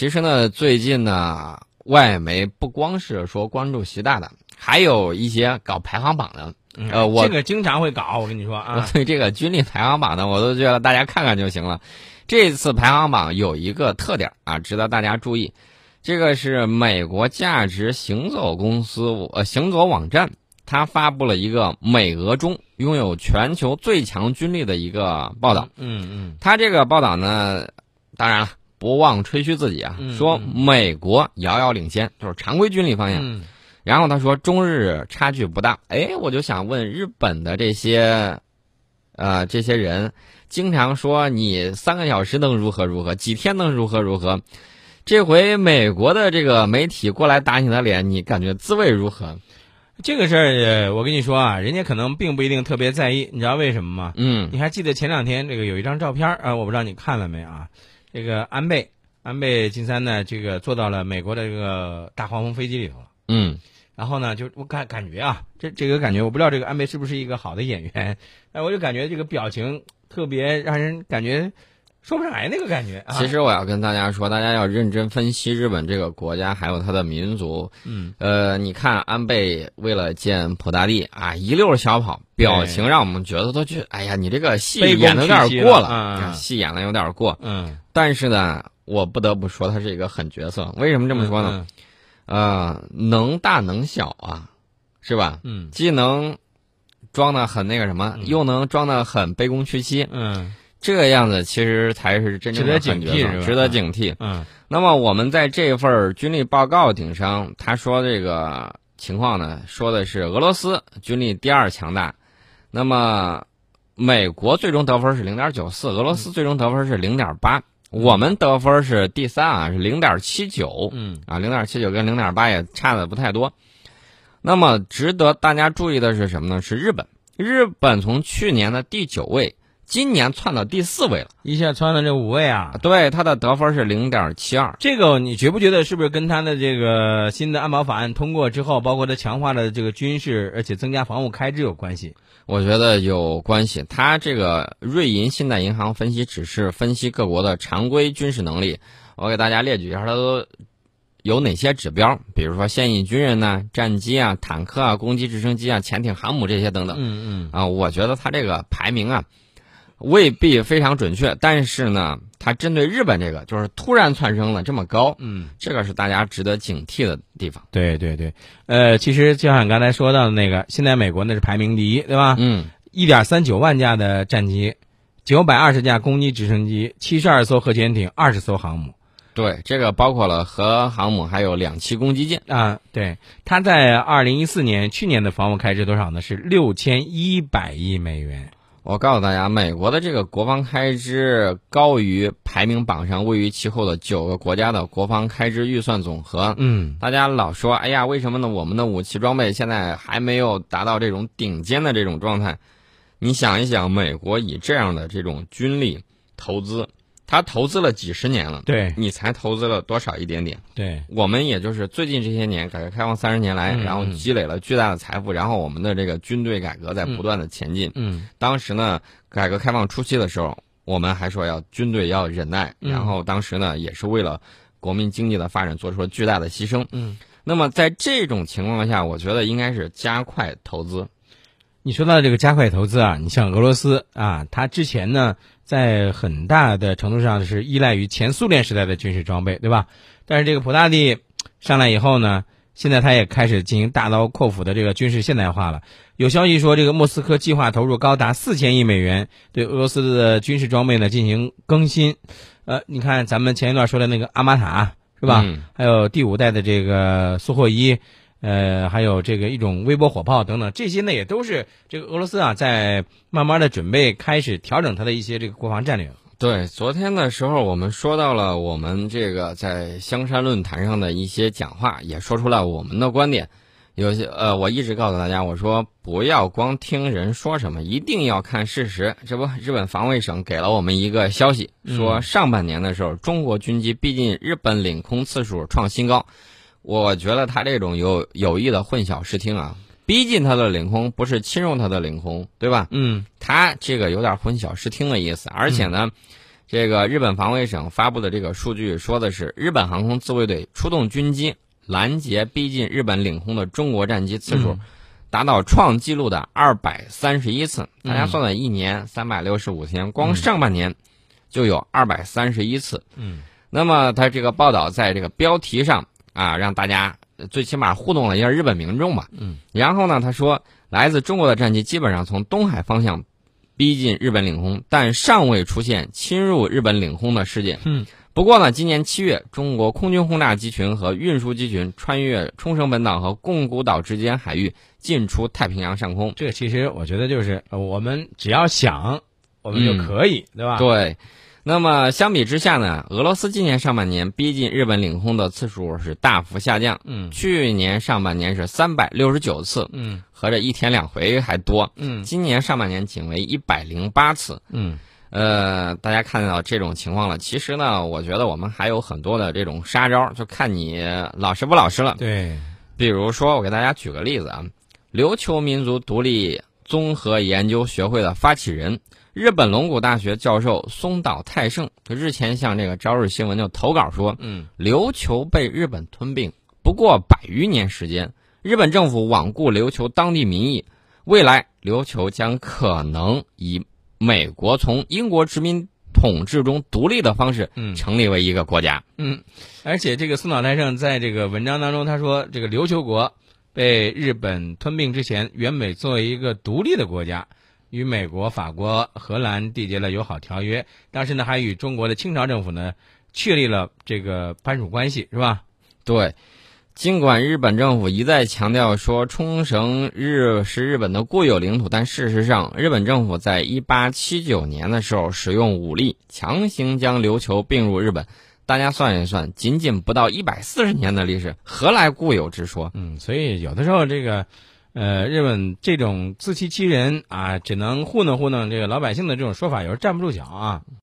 其实呢，最近呢，外媒不光是说关注习大大，还有一些搞排行榜的。 这个经常会搞，我跟你说啊。 我对这个军力排行榜呢，我都觉得大家看看就行了。这次排行榜有一个特点啊，值得大家注意。这个是美国价值行走公司行走网站，它发布了一个美俄中拥有全球最强军力的一个报道。它这个报道呢，当然了，不忘吹嘘自己啊，说美国遥遥领先，就是常规军力方面。然后他说中日差距不大。我就想问日本的这些人，经常说你3个小时能如何如何，几天能如何如何。这回美国的这个媒体过来打你的脸，你感觉滋味如何？ 这个事儿，我跟你说啊，人家可能并不一定特别在意，你知道为什么吗？你还记得前2天这个有一张照片啊，我不知道你看了没啊？这个安倍晋三呢，这个坐到了美国的这个大黄蜂飞机里头了。然后呢，就我感觉啊，这个感觉，我不知道这个安倍是不是一个好的演员，我就感觉这个表情特别让人感觉说不上来那个感觉啊。 其实我要跟大家说，大家要认真分析日本这个国家还有它的民族。你看安倍为了见普大帝啊，一溜小跑，表情让我们觉得都觉得，哎呀，你这个戏演的有点过了，戏演的有点过。但是呢，我不得不说他是一个狠角色。为什么这么说呢？能大能小啊，是吧？既能装的很那个什么，又能装的很卑躬屈膝。这个样子其实才是真正的狠角色，值得警惕。那么我们在这份军力报告顶上，他说这个情况呢，说的是俄罗斯军力第2强大，那么美国最终得分是0.94，俄罗斯最终得分是0.8。我们得分是第3啊，是0.79。0.79跟0.8也差的不太多。那么值得大家注意的是什么呢？是日本。日本从去年的第9位，今年窜到第4位了， 一下窜了这5位啊。 对，他的得分是0.72。 这个你觉不觉得是不是跟他的这个新的安保法案通过之后，包括他强化了这个军事，而且增加防务开支有关系？ 我觉得有关系。他这个瑞银信贷银行分析只是分析各国的常规军事能力，我给大家列举一下，它都有哪些指标，比如说现役军人呢、战机啊、坦克啊、攻击直升机啊、潜艇、航母这些等等。我觉得他这个排名啊未必非常准确，但是呢，它针对日本这个就是突然窜升了这么高，这个是大家值得警惕的地方。 对，其实就像你刚才说到的那个，现在美国那是排名第1，对吧？1.39万架的战机，920架攻击直升机，72艘核潜艇，20艘航母。 对，这个包括了核航母，还有2栖攻击舰啊。对，它在2014年去年的防务开支多少呢？是6100亿美元。 我告诉大家，美国的这个国防开支高于排名榜上位于其后的9个国家的国防开支预算总和。大家老说，哎呀，为什么呢？我们的武器装备现在还没有达到这种顶尖的这种状态。你想一想，美国以这样的这种军力投资，他投资了几十年了， 对， 你才投资了多少一点点？ 对， 我们也就是最近这些年，改革开放30年来，然后积累了巨大的财富，然后我们的这个军队改革在不断的前进。当时呢，改革开放初期的时候，我们还说军队要忍耐，然后当时呢，也是为了国民经济的发展做出了巨大的牺牲。那么在这种情况下，我觉得应该是加快投资。 你说到这个加快投资啊，你像俄罗斯啊，它之前呢，在很大的程度上是依赖于前苏联时代的军事装备，对吧？但是这个普大帝上来以后呢，现在他也开始进行大刀阔斧的这个军事现代化了。有消息说，这个莫斯科计划投入高达4000亿美元对俄罗斯的军事装备呢进行更新。你看咱们前一段说的那个阿玛塔是吧？还有第5代的这个苏霍伊。还有这个一种微波火炮等等，这些呢也都是这个俄罗斯啊在慢慢的准备开始调整它的一些这个国防战略。 对，昨天的时候我们说到了我们这个在香山论坛上的一些讲话，也说出了我们的观点。有些我一直告诉大家，我说不要光听人说什么，一定要看事实。这不，日本防卫省给了我们一个消息，说上半年的时候，中国军机逼近日本领空次数创新高。我觉得他这种有意的混淆视听啊，逼近他的领空不是侵入他的领空，对吧？他这个有点混淆视听的意思，而且呢， 这个日本防卫省发布的这个数据说的是，日本航空自卫队出动军机拦截逼近日本领空的中国战机次数达到创纪录的231次。大家算算，一年365天，光上半年就有231次。那么他这个报道在这个标题上啊，让大家最起码互动了一下日本民众吧。然后呢，他说来自中国的战机基本上从东海方向逼近日本领空，但尚未出现侵入日本领空的事件。不过呢，今年7月，中国空军轰炸机群和运输机群穿越冲绳本岛和宫古岛之间海域，进出太平洋上空。 这个其实我觉得就是我们只要想，我们就可以，对吧？ 对。那么相比之下呢，俄罗斯今年上半年逼近日本领空的次数是大幅下降。去年上半年是369次，合着1天2回还多。今年上半年仅为108次。大家看到这种情况了。其实呢，我觉得我们还有很多的这种杀招，就看你老实不老实了。 对， 比如说我给大家举个例子啊，琉球民族独立综合研究学会的发起人，日本龙谷大学教授松岛泰盛，日前向这个朝日新闻就投稿说，琉球被日本吞并不过100余年时间，日本政府罔顾琉球当地民意，未来琉球将可能以美国从英国殖民统治中独立的方式成立为一个国家。 而且这个松岛泰盛在这个文章当中他说，这个琉球国被日本吞并之前，原本作为一个独立的国家，与美国、法国、荷兰缔结了友好条约，当时呢还与中国的清朝政府呢确立了这个藩属关系，是吧？ 对。尽管日本政府一再强调说冲绳是日本的固有领土，但事实上日本政府在1879年的时候使用武力强行将琉球并入日本。大家算一算，仅仅不到140年的历史，何来固有之说？ 所以有的时候这个日本这种自欺欺人啊，只能糊弄糊弄这个老百姓的这种说法，有时候站不住脚啊。